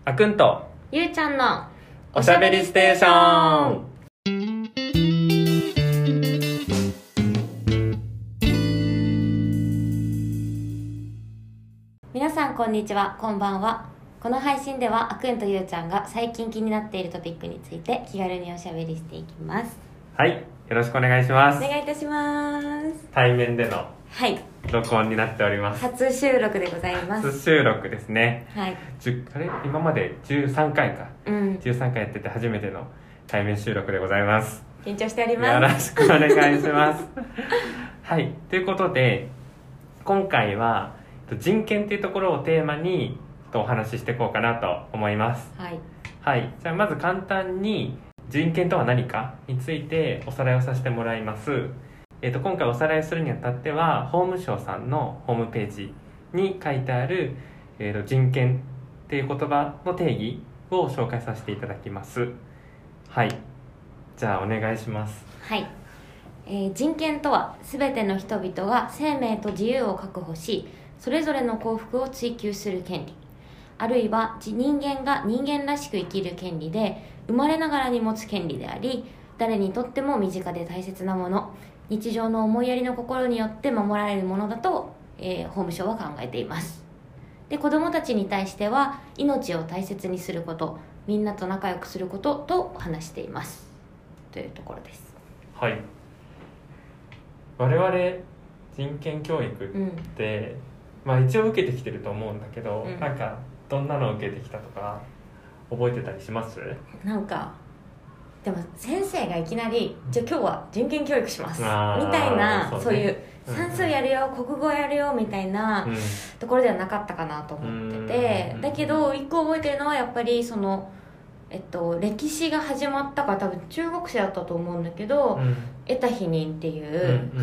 あくんとゆうちゃんのおしゃべりステーション。 皆さんこんにちは、こんばんは。この配信ではあくんとゆうちゃんが最近気になっているトピックについて気軽におしゃべりしていきます。 はい、よろしくお願いします。 お願いいたします。 対面でのはい、 録音になっております。 初収録でございます。 初収録ですね。 はい。 今まで13回か、 13 13回やってて初めての対面収録でございます。 緊張しております。 よろしくお願いしますはい、ということで今回は人権っていうところをテーマにお話ししていこうかなと思います。 はい、 はい、じゃあまず簡単に人権とは何かについておさらいをさせてもらいます。今回おさらいするにあたっては法務省さんのホームページに書いてある、人権っていう言葉の定義を紹介させていただきます。はい、じゃあお願いします。 はい。人権とは全ての人々が生命と自由を確保し、それぞれの幸福を追求する権利、あるいは人間が人間らしく生きる権利で、生まれながらに持つ権利であり、誰にとっても身近で大切なもの、日常の思いやりの心によって守られるものだと、法務省は考えています。で、子どもたちに対しては命を大切にすること、みんなと仲良くすることと話していますというところです。 はい、我々人権教育って、まあ一応受けてきてると思うんだけど、なんかどんなのを受けてきたとか覚えてたりします？ なんかでも先生がいきなりじゃあ今日は人権教育しますみたいな、そういう算数やるよ、国語やるよみたいなところではなかったかなと思ってて、だけど一個覚えてるのはやっぱりその歴史が始まったから多分中学生だったと思うんだけど、得た否認っていう、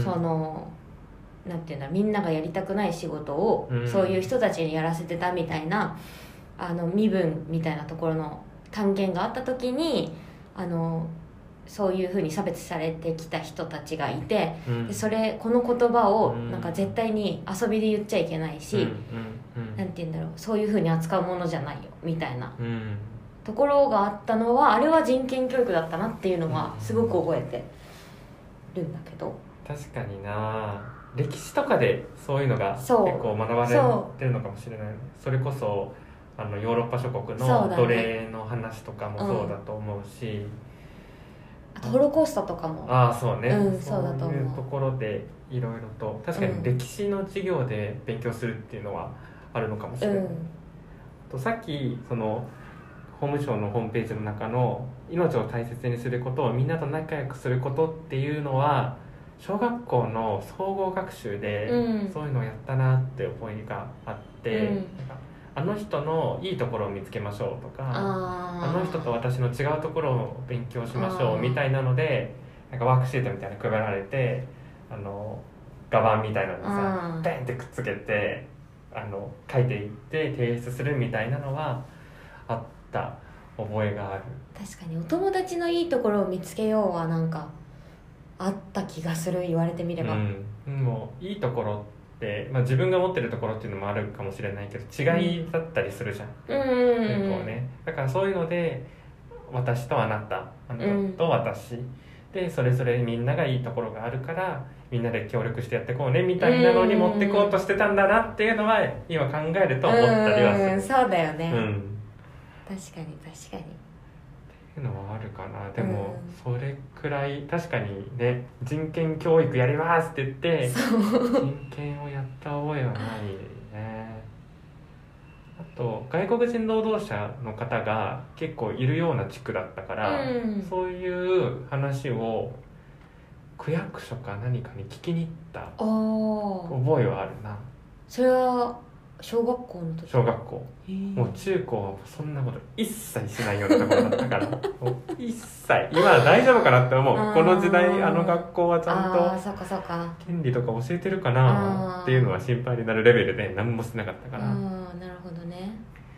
そのなんていうんだ、みんながやりたくない仕事を、そういう人たちにやらせてたみたいな身分みたいなところの単元があった時にそういうふうに差別されてきた人たちがいて、でこの言葉をなんか絶対に遊びで言っちゃいけないし、なんていうんだろう、そういうふうに扱うものじゃないよみたいな、ところがあったのは、あれは人権教育だったなっていうのはすごく覚えてるんだけど、 確かにな、歴史とかでそういうのが結構学ばれてるのかもしれない。それこそヨーロッパ諸国の奴隷の話とかもそうだと思うし、 あとホロコーストとかもそうね、 そうだと思う。 そういうところでいろいろと確かに歴史の授業で勉強するっていうのはあるのかもしれない。とさっきその法務省のホームページの中の命を大切にすることをみんなと仲良くすることっていうのは小学校の総合学習でそういうのをやったなって思いがあって、なんかあの人のいいところを見つけましょうとか、あの人と私の違うところを勉強しましょうみたいなので、なんかワークシートみたいなの配られて、画板みたいなのにさペンってくっつけて書いていって提出するみたいなのはあった覚えがある。 確かにお友達のいいところを見つけようはなんかあった気がする、言われてみれば。 もういいところって、自分が持ってるところっていうのもあるかもしれないけど違いだったりするじゃん、結構ね。だからそういうので私とあなた、あなたと私、でそれぞれみんながいいところがあるからみんなで協力してやっていこうねみたいなのに持ってこうとしてたんだなっていうのは今考えると思ったりはする。 そうだよね、確かに確かにっていうのはあるかな。でもそれくらい確かにね、人権教育やりますって言って人権をやった覚えはないね。あと外国人労働者の方が結構いるような地区だったから、そういう話を区役所か何かに聞きに行った覚えはあるな。 それは小学校の時？ 小学校、もう中高はそんなこと一切しないようなところだったからもう一切、今は大丈夫かなって思う。この時代学校はちゃんと権利とか教えてるかなっていうのは心配になるレベルで何もしてなかったから、 なるほどね。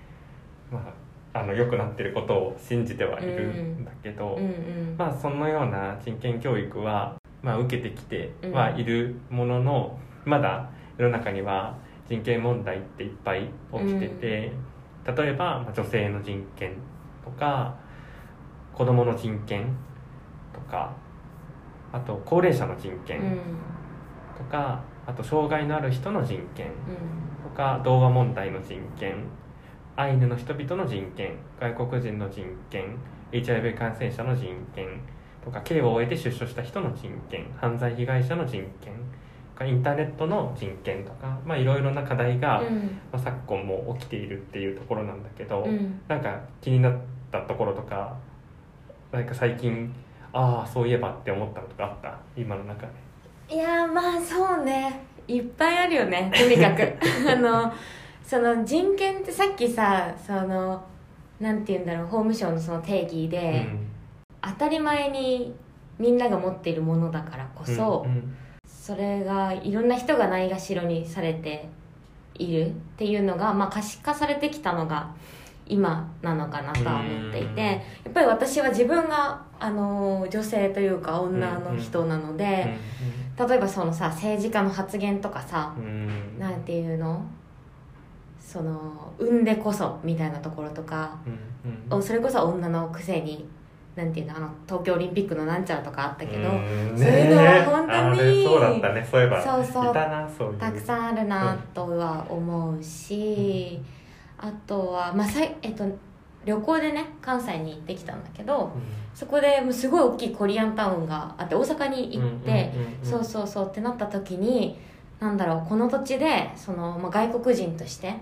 良くなってることを信じてはいるんだけど、そのような人権教育は、受けてきてはいるものの、まだ世の中には人権問題っていっぱい起きてて、 例えば女性の人権とか子どもの人権とか、あと高齢者の人権とか、あと障害のある人の人権とか、動画問題の人権、アイヌの人々の人権、外国人の人権、 HIV 感染者の人権とか、刑を終えて出所した人の人権、犯罪被害者の人権、インターネットの人権とか、いろいろな課題が、昨今も起きているっていうところなんだけど、なんか気になったところとか、なんか最近そういえばって思ったのとかあった？今の中で。 いやそうね、いっぱいあるよね、とにかくその人権ってさっきさ、なんて言うんだろう、法務省のその定義で、当たり前にみんなが持っているものだからこそ、それがいろんな人がないがしろにされているっていうのが、可視化されてきたのが今なのかなとは思っていて、やっぱり私は自分が女性というか女の人なので、例えばそのさ、政治家の発言とかさ、なんていうの、その産んでこそみたいなところとか、それこそ女のくせになんていうの、東京オリンピックのなんちゃらとかあったけど、そういうのは本当にそうだったね、そういえばそういたな、そういうたくさんあるなとは思うし、あとは、旅行でね関西に行ってきたんだけど、そこでもうすごい大きいコリアンタウンがあって、大阪に行って、そうってなった時に、なんだろう、この土地で外国人として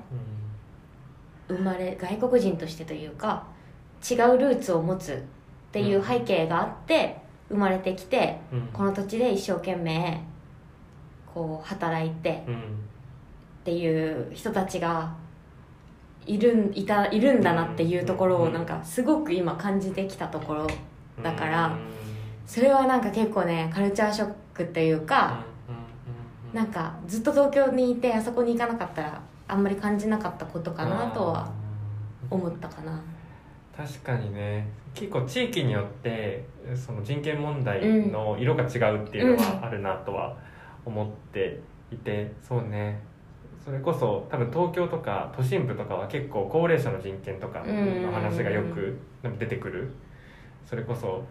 外国人としてというか違うルーツを持つっていう背景があって生まれてきて、この土地で一生懸命こう働いてっていう人たちがいるんだなっていうところをなんかすごく今感じてきたところだから、それはなんか結構ねカルチャーショックっていうか、なんかずっと東京にいてあそこに行かなかったらあんまり感じなかったことかなとは思ったかな。 確かにね、結構地域によってその人権問題の色が違うっていうのはあるなとは思っていて、そうね、それこそ多分東京とか都心部とかは結構高齢者の人権とかの話がよく出てくる。それこそ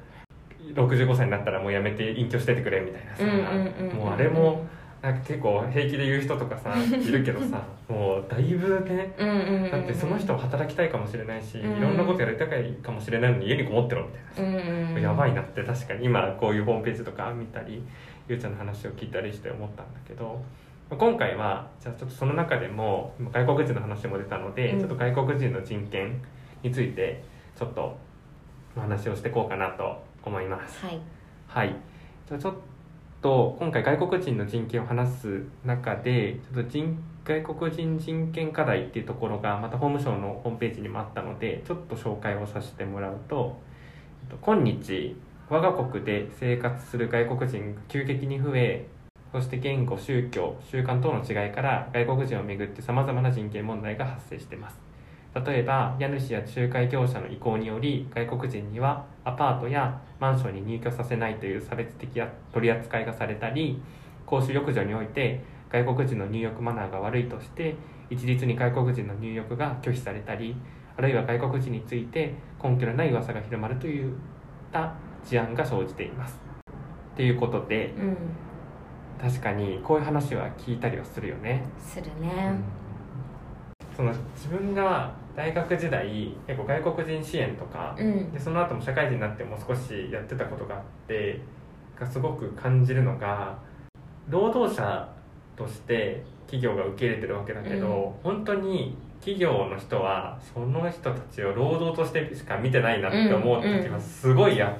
65歳になったらもうやめて隠居しててくれみたいなさ、もうあれもなんか結構平気で言う人とかさいるけどさもうだいぶね、だってその人は働きたいかもしれないし、いろんなことやりたいかもしれないのに家にこもってろみたいなさ、やばいなって確かに今こういうホームページとか見たりゆうちゃんの話を聞いたりして思ったんだけど、今回はじゃあちょっとその中でも外国人の話も出たので、ちょっと外国人の人権についてちょっとお話をしていこうかなと思います。はい、じゃあちょっと今回外国人の人権を話す中でちょっと外国人人権課題っていうところがまた法務省のホームページにもあったのでちょっと紹介をさせてもらうと、今日我が国で生活する外国人が急激に増え、そして言語、宗教、習慣等の違いから外国人をめぐってさまざまな人権問題が発生しています。例えば家主や仲介業者の意向により外国人にはアパートやマンションに入居させないという差別的取り扱いがされたり、公衆浴場において外国人の入浴マナーが悪いとして一律に外国人の入浴が拒否されたり、あるいは外国人について根拠のない噂が広まるといった事案が生じていますっていうことで、確かにこういう話は聞いたりはするよね。 するね、 その自分が大学時代結構外国人支援とか、でその後も社会人になっても少しやってたことがあってすごく感じるのが、労働者として企業が受け入れてるわけだけど、本当に企業の人はその人たちを労働としてしか見てないなって思う時はすごいあって、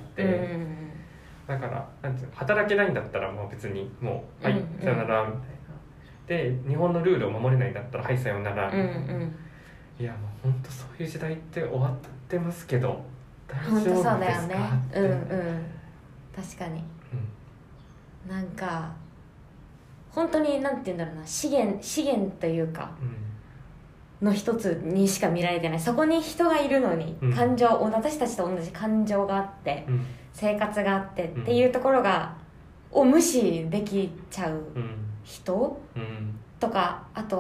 だからなんていうの、働けないんだったらもう別にもうはい、さよならみたいな、で日本のルールを守れないんだったらはいさよなら、いやもう本当そういう時代って終わってますけど大丈夫ですか？ 本当そうだよね。確かに、なんか本当になんて言うんだろうな、資源というか、の一つにしか見られてない。そこに人がいるのに、感情、私たちと同じ感情があって、生活があってっていうところを無視できちゃう人、とか、あとは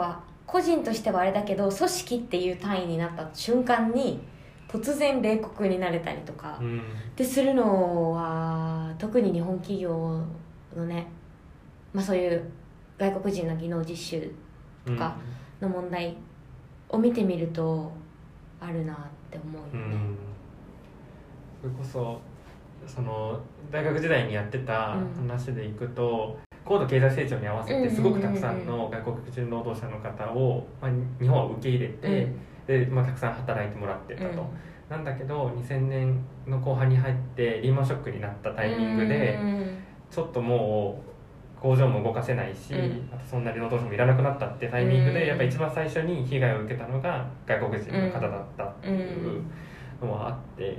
個人としてはあれだけど組織っていう単位になった瞬間に突然冷酷になれたりとか、でするのは特に日本企業のね、そういう外国人の技能実習とかの問題を見てみるとあるなって思うよね。 それこそその大学時代にやってた話でいくと、高度経済成長に合わせてすごくたくさんの外国人労働者の方を、日本は受け入れて、でたくさん働いてもらってたと、なんだけど2000年の後半に入ってリーマンショックになったタイミングで、ちょっともう工場も動かせないし、あとそんなに労働者もいらなくなったってタイミングで、やっぱり一番最初に被害を受けたのが外国人の方だったっていうのはあって、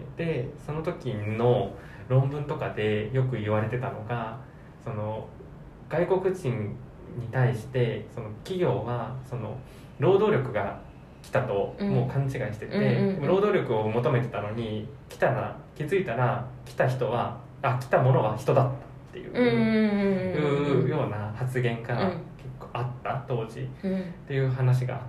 でその時の論文とかでよく言われてたのが、その外国人に対してその企業はその労働力が来たともう勘違いしてて、労働力を求めてたのに気づいたら来たものは人だったっていうような発言が結構あった当時っていう話があって、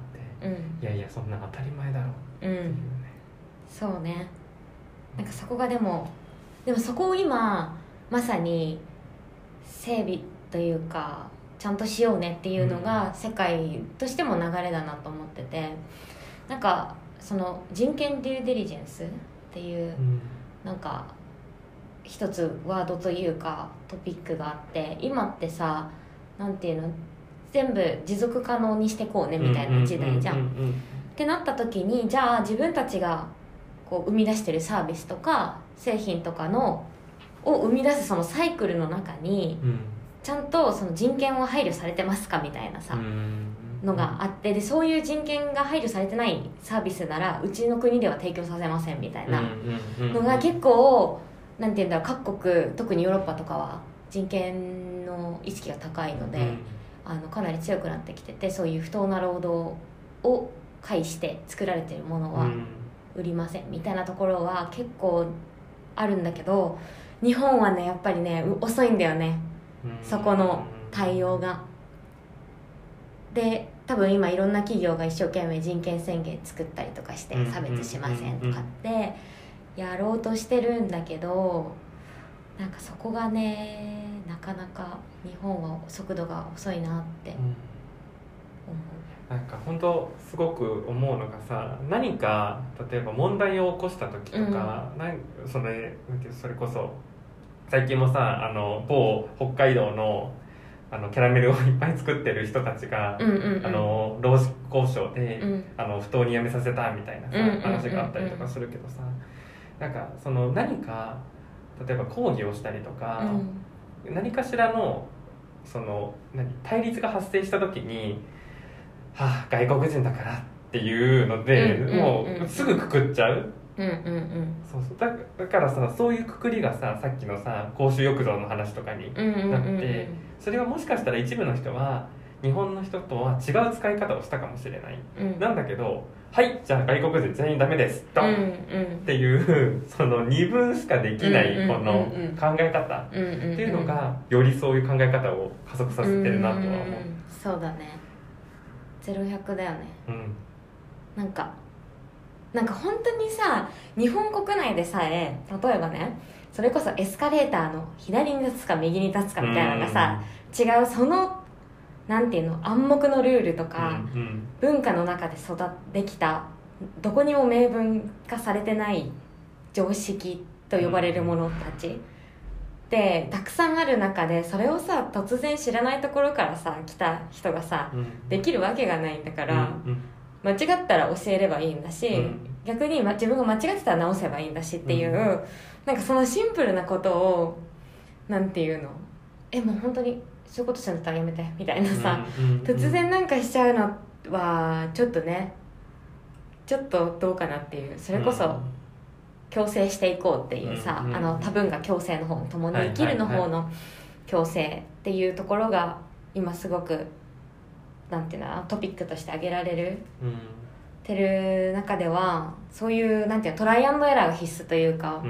いやいやそんな当たり前だろうっていうね、 そうね。なんかそこがでもそこを今まさに整備というかちゃんとしようねっていうのが世界としても流れだなと思ってて、なんかその人権デューデリジェンスっていう、なんか一つワードというかトピックがあって、今ってさ、なんていうの、全部持続可能にしてこうねみたいな時代じゃん。ってなった時に、じゃあ自分たちがこう生み出してるサービスとか製品とかを生み出すそのサイクルの中に、ちゃんとその人権を配慮されてますかみたいなさ、のがあって、でそういう人権が配慮されてないサービスならうちの国では提供させませんみたいなのが結構、なんていうんだろう、各国特にヨーロッパとかは人権の意識が高いので、かなり強くなってきてて、そういう不当な労働を介して作られてるものは売りませんみたいなところは結構あるんだけど、日本はねやっぱりね遅いんだよね、そこの対応が。で多分今いろんな企業が一生懸命人権宣言作ったりとかして差別しませんとかってやろうとしてるんだけど、なんかそこがねなかなか日本は速度が遅いなって思う。なんか本当すごく思うのがさ、何か例えば問題を起こした時とか、それこそ最近もさ、某北海道のキャラメルをいっぱい作ってる人たちが、労使交渉で、不当に辞めさせたみたいなさ、話があったりとかするけどさ、なんかその何か例えば抗議をしたりとか、何かしらのその対立が発生した時に、外国人だからっていうので、もうすぐくくっちゃう。だからさ、そういうくくりがさっきのさ公衆浴場の話とかになって、それはもしかしたら一部の人は日本の人とは違う使い方をしたかもしれない、なんだけど、はいじゃあ外国人全員ダメですドンっていうその二分しかできないこの考え方っていうのがよりそういう考え方を加速させてるなとは思う。 そうだね、0100だよね。なんか本当にさ、日本国内でさえ例えばね、それこそエスカレーターの左に立つか右に立つかみたいなのがさ、違うそのなんていうの、暗黙のルールとか、文化の中で育ってきたどこにも明文化されてない常識と呼ばれるものたちでたくさんある中で、それをさ突然知らないところからさ来た人がさ、できるわけがないんだから、間違ったら教えればいいんだし、逆に自分が間違ってたら直せばいいんだしっていう、なんかそのシンプルなことをなんていうの、もう本当にそういうことするんだったらやめてみたいなさ、突然なんかしちゃうのはちょっとね、ちょっとどうかなっていう。それこそ共生していこうっていうさ、多文化共生の方の共に生きるの方の共生っていうところが今すごくなんていうの、トピックとして挙げられるてる中では、そういうなんていうの、トライアンドエラーが必須というか、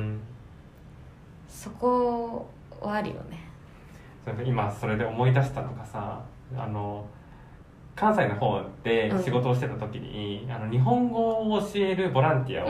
そこはあるよね。 今それで思い出したのがさ、 関西の方で仕事をしてた時に、日本語を教えるボランティアを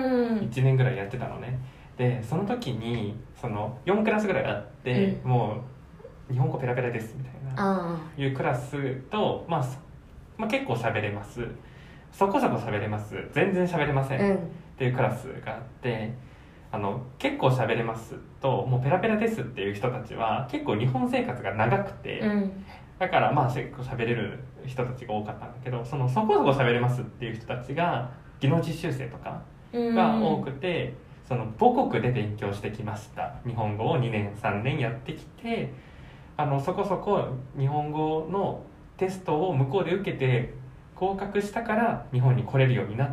1年ぐらいやってたのね。でその時にその4クラスぐらいあって、もう日本語ペラペラですみたいないうクラスと、まあ、結構喋れます、そこそこ喋れます、全然喋れませんっていうクラスがあって、結構喋れますともうペラペラですっていう人たちは結構日本生活が長くて、だからまあ結構喋れる人たちが多かったんだけど、そこそこ喋れますっていう人たちが技能実習生とかが多くて、その母国で勉強してきました、日本語を2年3年やってきて、そこそこ日本語のテストを向こうで受けて合格したから日本に来れるようになって、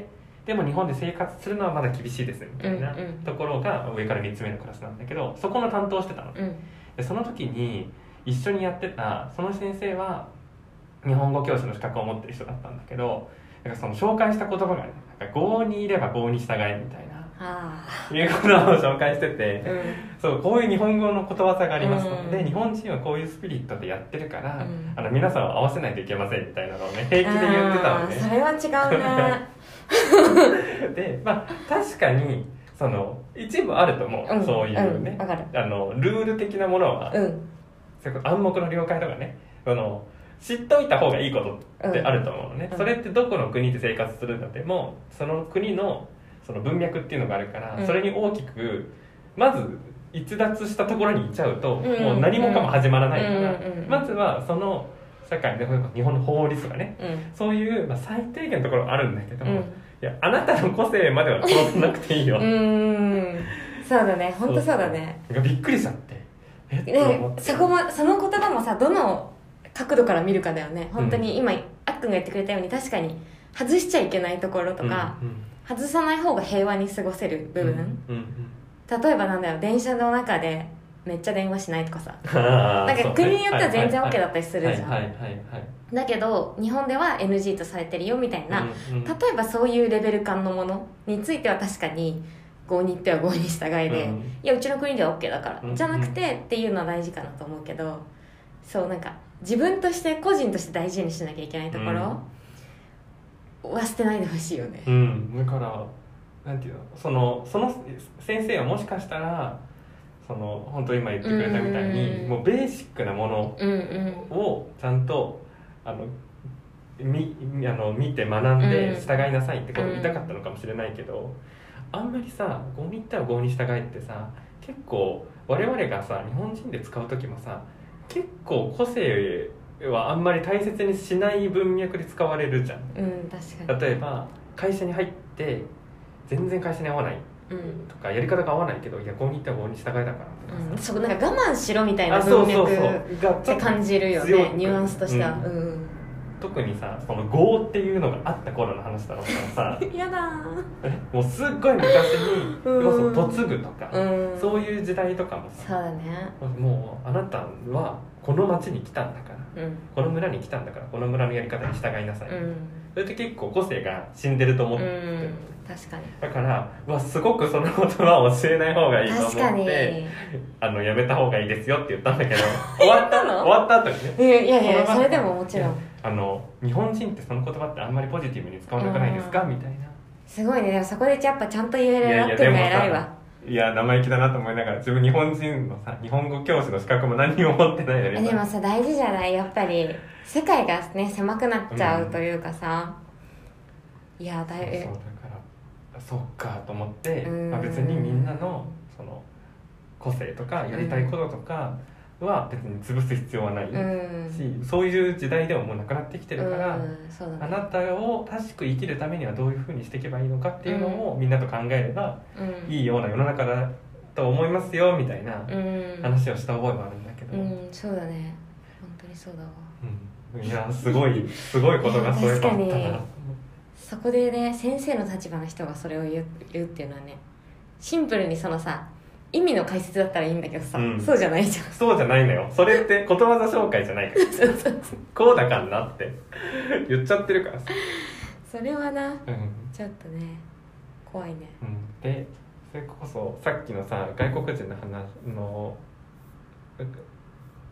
でも日本で生活するのはまだ厳しいですみたいなところが上から3つ目のクラスなんだけど、そこの担当してたの、でその時に一緒にやってたその先生は日本語教師の資格を持ってる人だったんだけど、なんかその紹介した言葉がね、なんか郷にいれば郷に従えみたいないうことを紹介してて、そうこういう日本語のことわざがありますと、で日本人はこういうスピリットでやってるから、皆さんを合わせないといけませんみたいなのをね平気で言ってたのね。 それは違うねでまあ確かにその一部あると思う、そういうね、ルール的なものは、それこそ暗黙の了解とかね、知っといた方がいいことってあると思うのね、それってどこの国で生活するんだってもその国のその文脈っていうのがあるから、それに大きくまず逸脱したところに行っちゃうと、もう何もかも始まらないから、まずはその社会で日本の法律とかね、そういう、最低限のところあるんだけど、いやあなたの個性までは殺さなくていいよそうだね、本当そうだね。 びっくりしちゃって、 その言葉もさ、どの角度から見るかだよね。本当に今あっくんが言ってくれたように、確かに外しちゃいけないところとか、外さない方が平和に過ごせる部分、例えばなんだよ、電車の中でめっちゃ電話しないとかさなんか国によっては全然 OK だったりするじゃん。だけど日本では NG とされてるよみたいな、例えばそういうレベル感のものについては確かに郷に行っては郷に従いで、いやうちの国では OK だから、じゃなくてっていうのは大事かなと思うけど、そうなんか自分として個人として大事にしなきゃいけないところは捨てないでほしいよね。 だからなんていうの、その先生はもしかしたら本当今言ってくれたみたいに、もうベーシックなものをちゃんと見て学んで従いなさいってことを言いたかったのかもしれないけど、あんまりさ郷に行ったら郷に従いってさ、結構我々がさ日本人で使う時もさ、結構個性はあんまり大切にしない文脈で使われるじゃん。 確かに。 例えば会社に入って全然会社に合わないとか、やり方が合わないけど、いや郷に行ったら郷に従いだからとかさ、 そうなんか我慢しろみたいな文脈って感じるよね、ニュアンスとしては。 特にさその郷っていうのがあった頃の話だろうからさやだもうすっごい昔に嫁ぐとか、そういう時代とかもさ、 そうだね、 もうあなたはこの町に来たんだから、この村に来たんだからこの村のやり方に従いなさい、それって結構個性が死んでると思ってる、 確かに。 だからすごくその言葉を教えない方がいいと思ってやめた方がいいですよって言ったんだけど終わった後にね、 いやそれでももちろん日本人ってその言葉ってあんまりポジティブに使わなくないですかみたいな。 すごいね。でもそこでやっぱちゃんと言えるなっていうのが偉いわ。 いや生意気だなと思いながら、自分日本人のさ日本語教師の資格も何にも持ってないのに、 でもさ大事じゃない、やっぱり世界がね狭くなっちゃうというかさ、いやそうだからそっかと思って、別にみんなのその個性とかやりたいこととかは別に潰す必要はないし、そういう時代でももうなくなってきてるから、 そうだね、 あなたを正しく生きるためにはどういうふうにしていけばいいのかっていうのをみんなと考えればいいような世の中だと思いますよみたいな話をした覚えもあるんだけど、 そうだね、本当にそうだわ、 いやすごいことがそういうのあったな。 そこでね先生の立場の人がそれを言うっていうのはね、シンプルにそのさ意味の解説だったらいいんだけどさ、そうじゃないじゃん。 そうじゃないのよ、それってことわざ紹介じゃないからこうだからなって言っちゃってるからさ、 それはな、ちょっとね怖いね、 でそれこそさっきのさ外国人の話の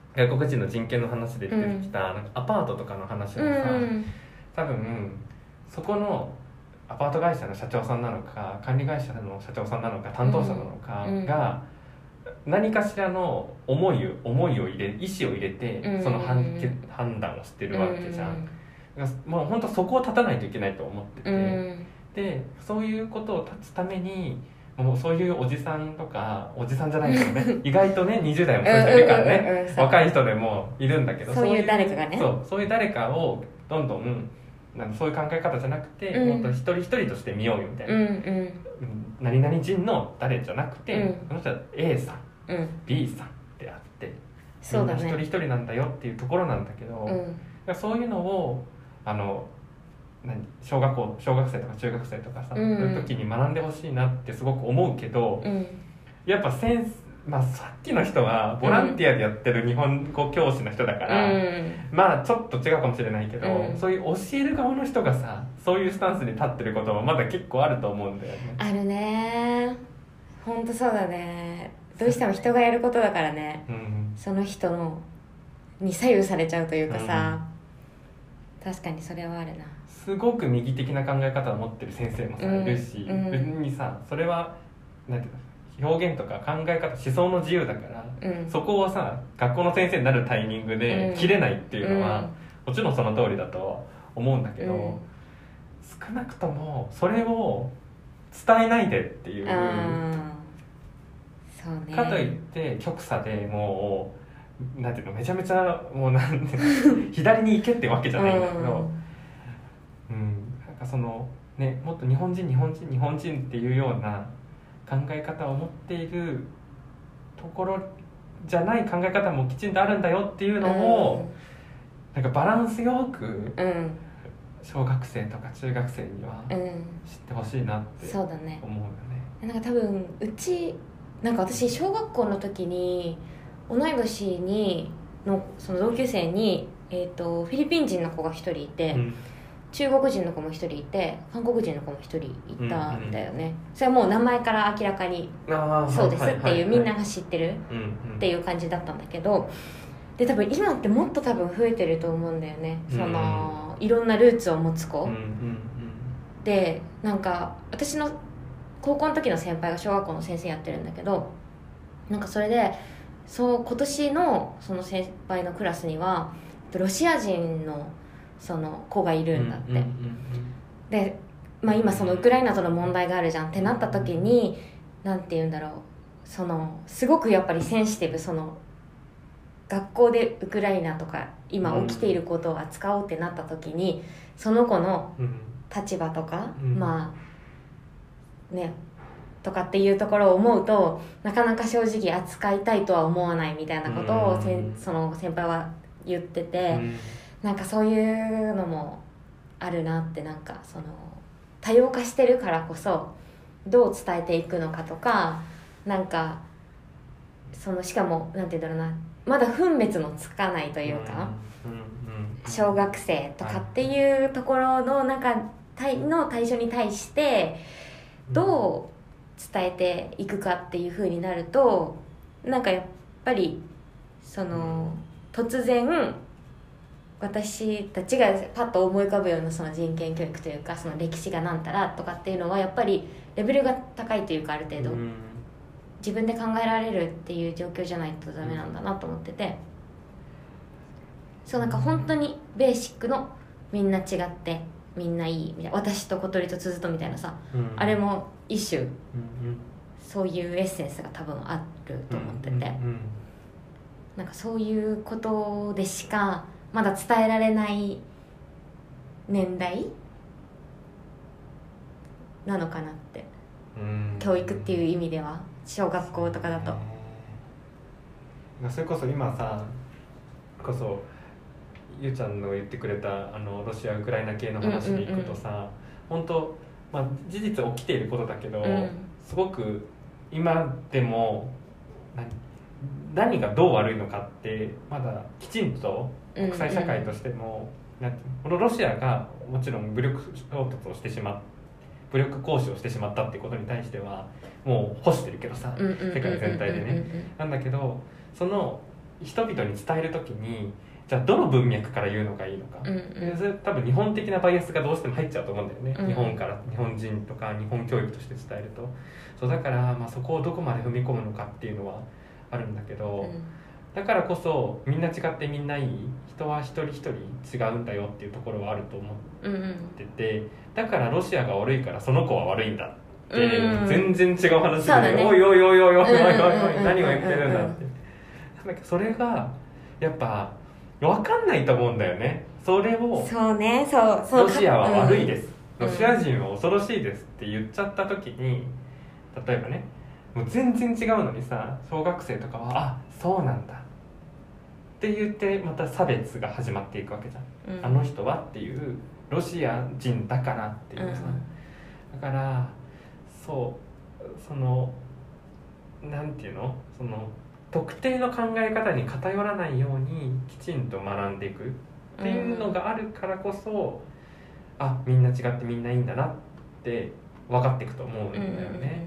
外国人の人権の話で出てきた、なんかアパートとかの話もさ、多分そこのアパート会社の社長さんなのか管理会社の社長さんなのか担当者なのかが何かしらの思いを入れ意思を入れてその判断をしてるわけじゃん。もう本当そこを立たないといけないと思ってて、でそういうことを立つためにもうそういうおじさんとかおじさんじゃないけどね意外とね20代もそういう人いるからね、若い人でもいるんだけど、 そういう誰かがね、 そういう誰かをどんどんそういう考え方じゃなくて、もっと一人一人として見ようよみたいな、何々人の誰じゃなくて、その人は A さん、B さんであってみんな一人一人なんだよっていうところなんだけど、そういうのを小学生とか中学生とかさ、そういう時に学んでほしいなってすごく思うけど、やっぱさっきの人はボランティアでやってる日本語教師の人だから、まあちょっと違うかもしれないけど、そういう教える側の人がさそういうスタンスに立ってることはまだ結構あると思うんだよね。 あるね、本当そうだね。どうしても人がやることだからね、その人に左右されちゃうというかさ、確かにそれはあるな。 すごく右的な考え方を持ってる先生もさ、いるし、別にさそれはなんていうの表現とか考え方思想の自由だから、そこをさ学校の先生になるタイミングで切れないっていうのは、もちろんその通りだと思うんだけど、少なくともそれを伝えないでっていう、 そうね、 かといって極左でもうなんていうのめちゃめちゃもうなんて左に行けってわけじゃないんだけど、なんかそのねもっと日本人っていうような考え方を持っているところじゃない考え方もきちんとあるんだよっていうのを、なんかバランスよく、小学生とか中学生には知ってほしいなって思うよね。 なんか多分なんか私小学校の時に同い年のその同級生に、フィリピン人の子が一人いて、中国人の子も一人いて韓国人の子も一人いたんだよね、それはもう名前から明らかにそうですっていう、みんなが知ってるっていう感じだったんだけど、で多分今ってもっと多分増えてると思うんだよね、そのいろんなルーツを持つ子、でなんか私の高校の時の先輩が小学校の先生やってるんだけど、なんかそれで今年のその先輩のクラスにはロシア人のその子がいるんだって、で、今そのウクライナとの問題があるじゃんってなった時に、なんて言うんだろう、そのすごくやっぱりセンシティブ、その学校でウクライナとか今起きていることを扱おうってなった時に、その子の立場とか、とかっていうところを思うと、なかなか正直扱いたいとは思わないみたいなことをその先輩は言ってて、なんかそういうのもあるなって、なんかその多様化してるからこそどう伝えていくのかとか、なんかそのしかもなんて言うんだろうな、まだ分別のつかないというか、小学生とかっていうところの中の対象に対してどう伝えていくかっていう風になると、なんかやっぱりその突然私たちがパッと思い浮かぶようなその人権教育というか、その歴史がなんたらとかっていうのはやっぱりレベルが高いというか、ある程度自分で考えられるっていう状況じゃないとダメなんだなと思ってて、そうなんか本当にベーシックのみんな違ってみんないいみたいな、私と小鳥と鈴とみたいなさ、あれも一種そういうエッセンスが多分あると思ってて、なんかそういうことでしかまだ伝えられない年代なのかなって、教育っていう意味では小学校とかだと。 それこそ今さゆうちゃんの言ってくれたロシア・ウクライナ系の話でいくとさ、本当、事実起きていることだけど、すごく今でも何がどう悪いのかってまだきちんと国際社会としても、このロシアがもちろん武力衝突をしてしまって武力行使をしてしまったっていうことに対してはもう干してるけどさ、世界全体でね、なんだけどその人々に伝えるときにじゃあどの文脈から言うのがいいのか、それ多分日本的なバイアスがどうしても入っちゃうと思うんだよね、日本人とか日本教育として伝えると。そうだから、そこをどこまで踏み込むのかっていうのはあるんだけど、だからこそみんな違ってみんないい、人は一人一人違うんだよっていうところはあると思ってて、だからロシアが悪いからその子は悪いんだって全然違う話で、おいおいおいおいおいおいおい何を言ってるんだって、なんかそれがやっぱ分かんないと思うんだよね。それをそうね、 ロシアは悪いです、ロシア人は恐ろしいですって言っちゃった時に、例えばね、もう全然違うのにさ、小学生とかはあそうなんだって言ってまた差別が始まっていくわけじゃん、あの人はっていうロシア人だからっていうさ、だからそのなんていうの、その特定の考え方に偏らないようにきちんと学んでいくっていうのがあるからこそ、みんな違ってみんないいんだなって分かっていくと思うんだよね。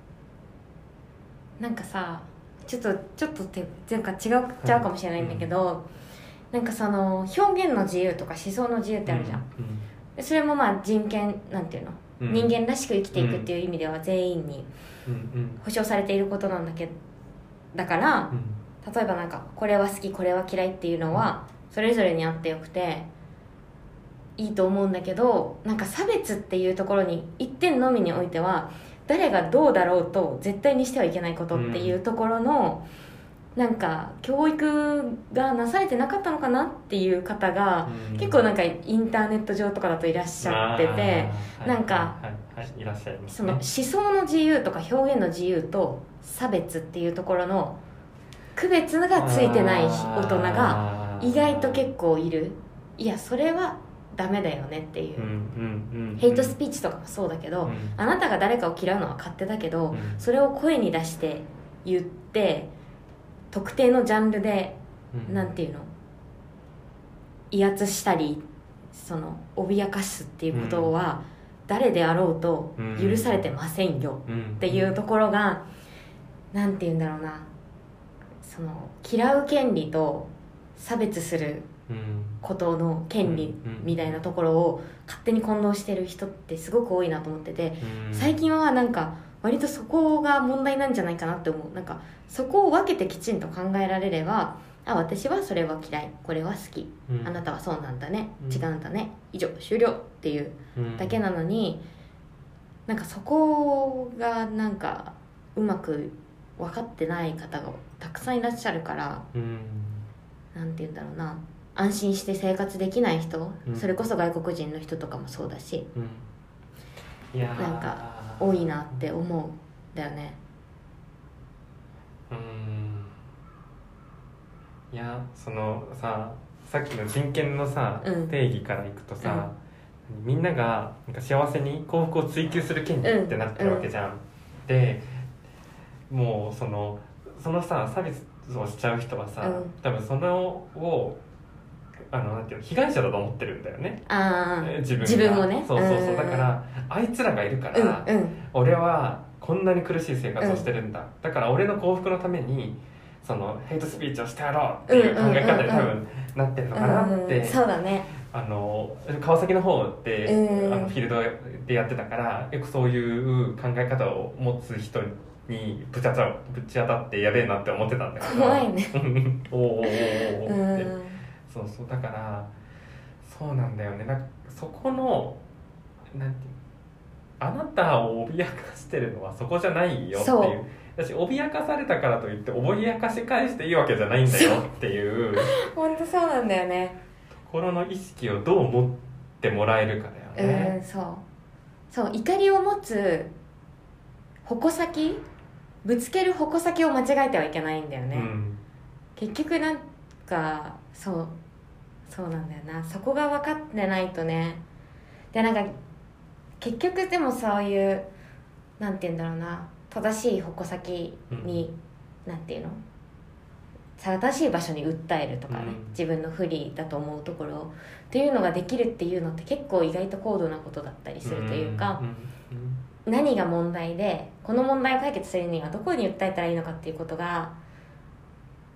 なんかさ、ちょっとって前回違っちゃうかもしれないんだけど、なんかその表現の自由とか思想の自由ってあるじゃん、でそれも人権なんていうの、人間らしく生きていくっていう意味では全員に保障されていることなんだけど、だから、例えばなんかこれは好きこれは嫌いっていうのはそれぞれにあってよくていいと思うんだけど、なんか差別っていうところに一点のみにおいては誰がどうだろうと絶対にしてはいけないことっていうところの、なんか教育がなされてなかったのかなっていう方が、結構なんかインターネット上とかだといらっしゃってて、なんかいらっしゃいますね。 その思想の自由とか表現の自由と差別っていうところの区別がついてない大人が意外と結構いる。いやそれはダメだよねっていう、ヘイトスピーチとかもそうだけど、あなたが誰かを嫌うのは勝手だけど、それを声に出して言って特定のジャンルで、なんていうの、威圧したりその脅かすっていうことは誰であろうと許されてませんよっていうところが、なんていうんだろうな、その嫌う権利と差別することの権利みたいなところを勝手に混同してる人ってすごく多いなと思ってて、最近はなんか割とそこが問題なんじゃないかなって思う。なんかそこを分けてきちんと考えられれば、私はそれは嫌いこれは好き、あなたはそうなんだね、違うんだね、以上終了っていうだけなのに、なんかそこがなんかうまく分かってない方がたくさんいらっしゃるから、なんて言うんだろうな、安心して生活できない人、それこそ外国人の人とかもそうだし、なんか多いなって思うんだよね。 いやそのさっきの人権のさ、定義からいくとさ、みんながなんか幸せに幸福を追求する権利ってなってるわけじゃん、でもうそのさ差別をしちゃう人はさ、多分そのをなんていうの、被害者だと思ってるんだよね、自分もね。そうだからあいつらがいるから、俺はこんなに苦しい生活をしてるんだ、だから俺の幸福のためにそのヘイトスピーチをしてやろうっていう考え方に多分なってるのかなって。 そうだね。 川崎の方で、フィールドでやってたからよくそういう考え方を持つ人にぶち当たってやべえなって思ってたんだけど、 怖いねおーってそうだからそうなんだよね。なんかそこのなんていう、あなたを脅かしてるのはそこじゃないよっていう、私脅かされたからといって脅かし返していいわけじゃないんだよっていう本当そうなんだよね。 心の意識をどう持ってもらえるかだよね。 そう怒りを持つ矛先、ぶつける矛先を間違えてはいけないんだよね、結局なんかそうなんだよな。そこが分かってないとね。でなんか結局でもそういうなんて言うんだろうな、正しい矛先に、なんていうの、正しい場所に訴えるとかね、自分の不利だと思うところっていうのができるっていうのって結構意外と高度なことだったりするというか、何が問題でこの問題を解決するにはどこに訴えたらいいのかっていうことが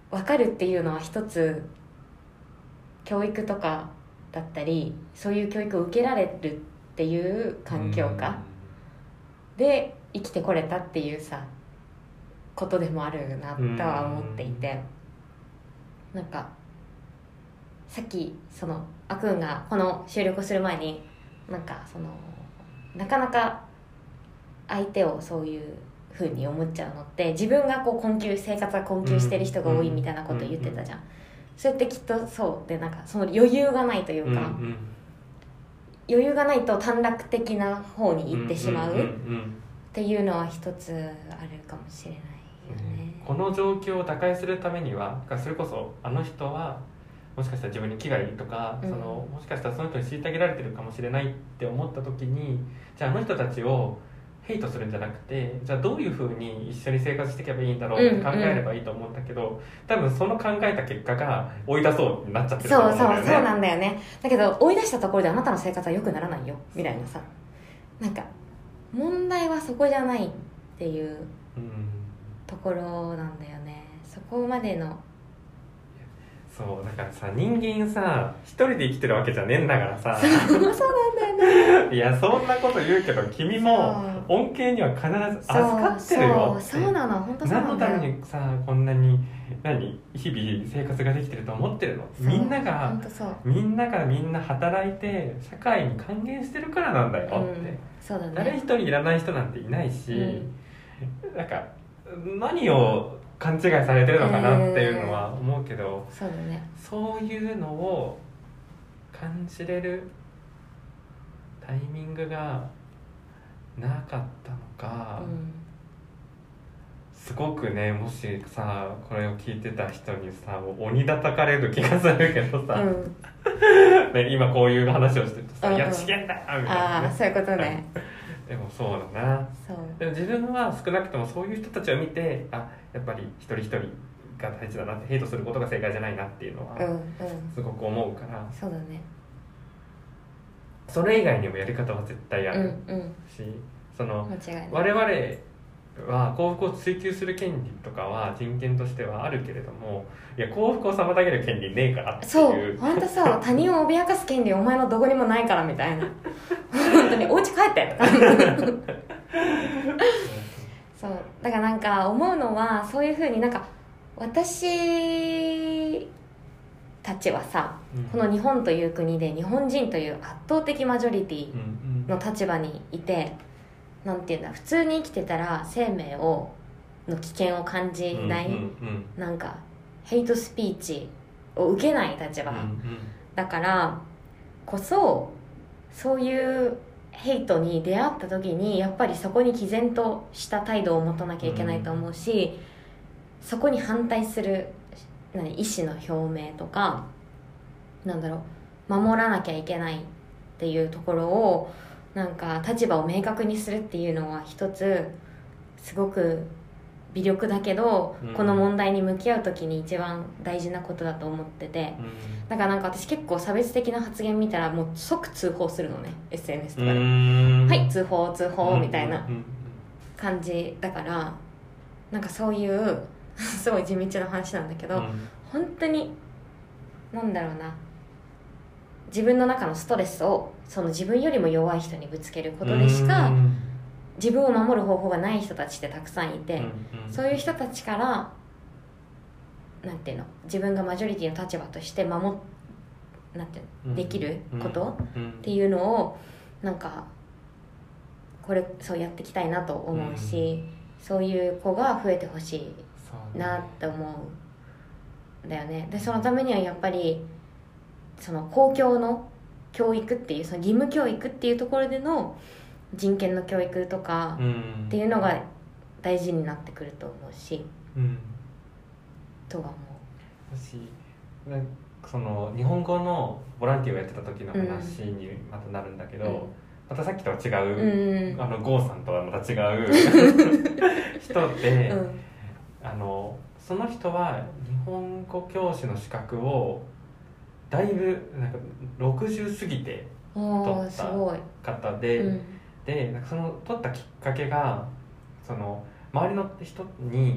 分かるっていうのは一つ教育とかだったりそういう教育を受けられるっていう環境下で生きてこれたっていうさことでもあるなとは思っていて、なんかさっきそのあくんがこの収録する前になんかそのなかなか相手をそういう風に思っちゃうのって自分がこう生活が困窮してる人が多いみたいなことを言ってたじゃん。それってきっとそうで、なんかその余裕がないというか、余裕がないと短絡的な方に行ってしまうっていうのは一つあるかもしれないよね。 この状況を打開するためにはそれこそあの人はもしかしたら自分に危害とか、もしかしたらその人に虐げられてるかもしれないって思った時に、じゃああの人たちをヘイトするんじゃなくて、じゃあどういうふうに一緒に生活していけばいいんだろうって考えればいいと思うんだけど、多分その考えた結果が追い出そうになっちゃってると思うんだよね。 そうなんだよね。だけど追い出したところであなたの生活は良くならないよみたいなさ、なんか問題はそこじゃないっていうところなんだよね。そこまでのそうだからさ、人間さ一人で生きてるわけじゃねえんだからさそうなんだよね。 いやそんなこと言うけど君も恩恵には必ず預かってるよって。 そうなの、本当そうなんだよ。 何のためにさこんなに日々生活ができてると思ってるの。みんながみんな働いて社会に還元してるからなんだよって、 そうだね、 誰一人いらない人なんていないし、なんか何を勘違いされてるのかなっていうのは思うけど、 そうだね、 そういうのを感じれるタイミングがなかったのか、すごくね、もしさこれを聞いてた人にさ鬼叩かれる気がするけどさ、ね、今こういう話をしてるとさ「いや違うんだよ」みたいな、ね、 そういうことねでもそうだな。でも自分は少なくともそういう人たちを見て、やっぱり一人一人が大事だなって、ヘイトすることが正解じゃないなっていうのはすごく思うから、 そうだね、 それ以外にもやり方は絶対あるし、その我々は幸福を追求する権利とかは人権としてはあるけれども、いや幸福を妨げる権利ねえからっていう。 そう本当そう他人を脅かす権利お前のどこにもないからみたいな本当にお家帰ってそうだからなんか思うのは、そういうふうになんか私たちはさ、この日本という国で日本人という圧倒的マジョリティの立場にいて、なんていうんだ、普通に生きてたら生命の危険を感じない、なんかヘイトスピーチを受けない立場、だからこそそういうヘイトに出会った時にやっぱりそこに毅然とした態度を持たなきゃいけないと思うし、そこに反対する意思の表明とか、なんだろう、守らなきゃいけないっていうところをなんか立場を明確にするっていうのは一つすごく微力だけど、この問題に向き合う時に一番大事なことだと思ってて、だからなんか私結構差別的な発言見たらもう即通報するのね、 SNS とかではい通報みたいな感じだから、なんかそういうすごい地道な話なんだけど、本当になんだろうな、自分の中のストレスをその自分よりも弱い人にぶつけることでしか自分を守る方法がない人たちってたくさんいて、そういう人たちからなんていうの、自分がマジョリティの立場としてなんてできることっていうのをなんかこれそうやっていきたいなと思うし、そういう子が増えてほしいなって思うんだよね。でそのためにはやっぱりその公共の教育っていうその義務教育っていうところでの人権の教育とかっていうのが大事になってくると思うし、とは思うし、その日本語のボランティアをやってた時の話にまたなるんだけど、またさっきとは違う、ゴーさんとはまた違う人で、その人は日本語教師の資格をだいぶなんか60過ぎて取った方で、でなんかその取ったきっかけがその周りの人に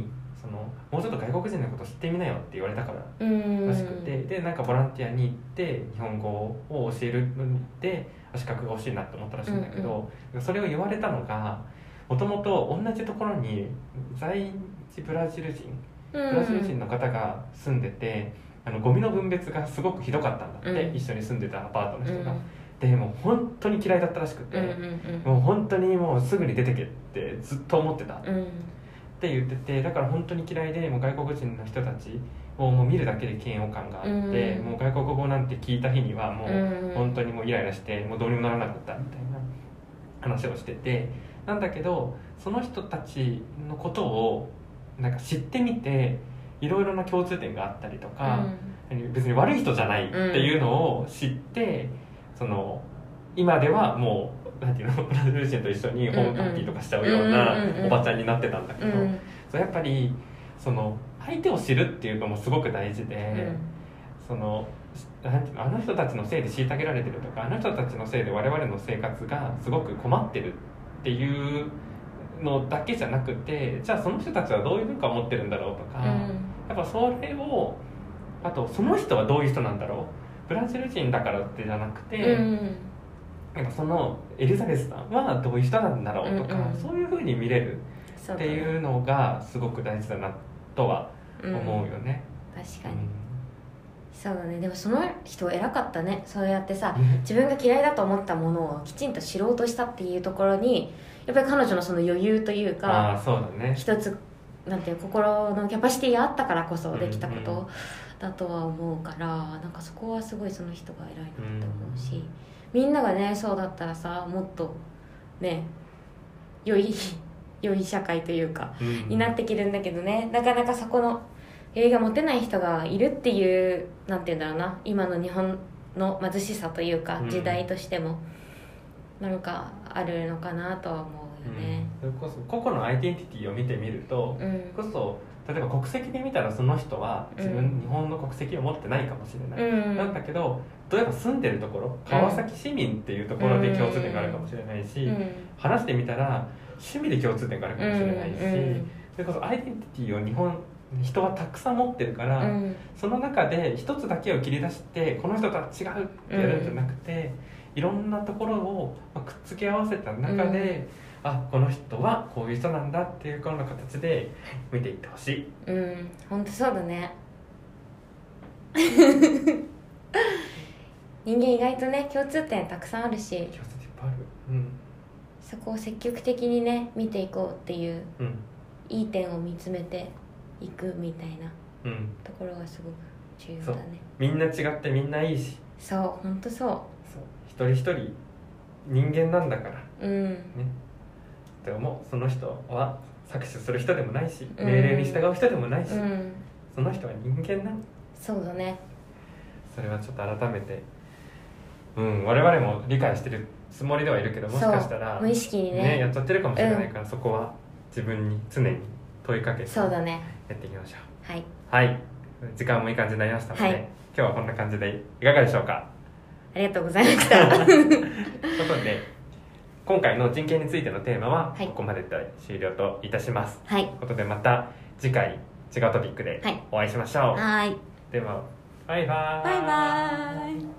そのもうちょっと外国人のこと知ってみなよって言われたかららしくて、でなんかボランティアに行って日本語を教えるので資格が欲しいなって思ったらしいんだけど、それを言われたのがもともと同じところに在日ブラジル人の方が住んでて、ゴミの分別がすごくひどかったんだって、一緒に住んでたアパートの人が。でもう本当に嫌いだったらしくて、もう本当にもうすぐに出てけってずっと思ってたって言ってて、だから本当に嫌いで、もう外国人の人たちをもう見るだけで嫌悪感があって、もう外国語なんて聞いた日にはもう本当にもうイライラしてもうどうにもならなかったみたいな話をしてて、なんだけどその人たちのことをなんか知ってみていろいろな共通点があったりとか、別に悪い人じゃないっていうのを知って、その今ではもうなんていうの、ブラジル人と一緒にホームパーティーとかしちゃうようなおばちゃんになってたんだけど、そうやっぱりその相手を知るっていうのもすごく大事で、そのなんていうの、あの人たちのせいで虐げられてるとか、あの人たちのせいで我々の生活がすごく困ってるっていうのだけじゃなくて、じゃあその人たちはどういう文化を持ってるんだろうとか、やっぱそれを、あとその人はどういう人なんだろう、ブラジル人だからってじゃなくて、なんかそのエリザベスさんはどういう人なんだろうとか、そういうふうに見れるっていうのがすごく大事だなとは思うよね。 確かに、そうだね。でもその人偉かったね。そうやってさ、自分が嫌いだと思ったものをきちんと知ろうとしたっていうところに、やっぱり彼女のその余裕というか、 そうだね、 一つなんていう心のキャパシティがあったからこそできたことだとは思うから、なんかそこはすごいその人が偉いなって思うし、みんながねそうだったらさ、もっとね良い社会というか、になってきるんだけどね、なかなかそこの余裕が持てない人がいるっていう、なんていうんだろうな、今の日本の貧しさというか時代としてもなんかあるのかなとは思うよね。 それこそ個々のアイデンティティを見てみると、こそ例えば国籍で見たらその人は自分、日本の国籍を持ってないかもしれない、なんだけど例えば住んでるところ川崎市民っていうところで共通点があるかもしれないし、話してみたら趣味で共通点があるかもしれないし、それこそアイデンティティを人はたくさん持ってるから、その中で一つだけを切り出してこの人とは違うってやるんじゃなくて、いろんなところをくっつけ合わせた中で、この人はこういう人なんだっていうこの形で見ていってほしい。 本当そうだね人間意外とね共通点たくさんあるし、 共通点いっぱいある、 そこを積極的にね見ていこうっていう、いい点を見つめていくみたいなところがすごく重要だね。 みんな違ってみんないいし、 そう本当そう一人一人人間なんだから、ねでもその人は搾取する人でもないし、命令に従う人でもないし、その人は人間なの。 そうだね。 それはちょっと改めて、我々も理解してるつもりではいるけど、もしかしたら無意識にねやっちゃってるかもしれないから、そこは自分に常に問いかけてやっていきましょう。はい、時間もいい感じになりましたので、今日はこんな感じでいかがでしょうか。 ありがとうございましたということで今回の人権についてのテーマはここまでで終了といたします。ということでまた次回違うトピックでお会いしましょう。ではバイバーイ。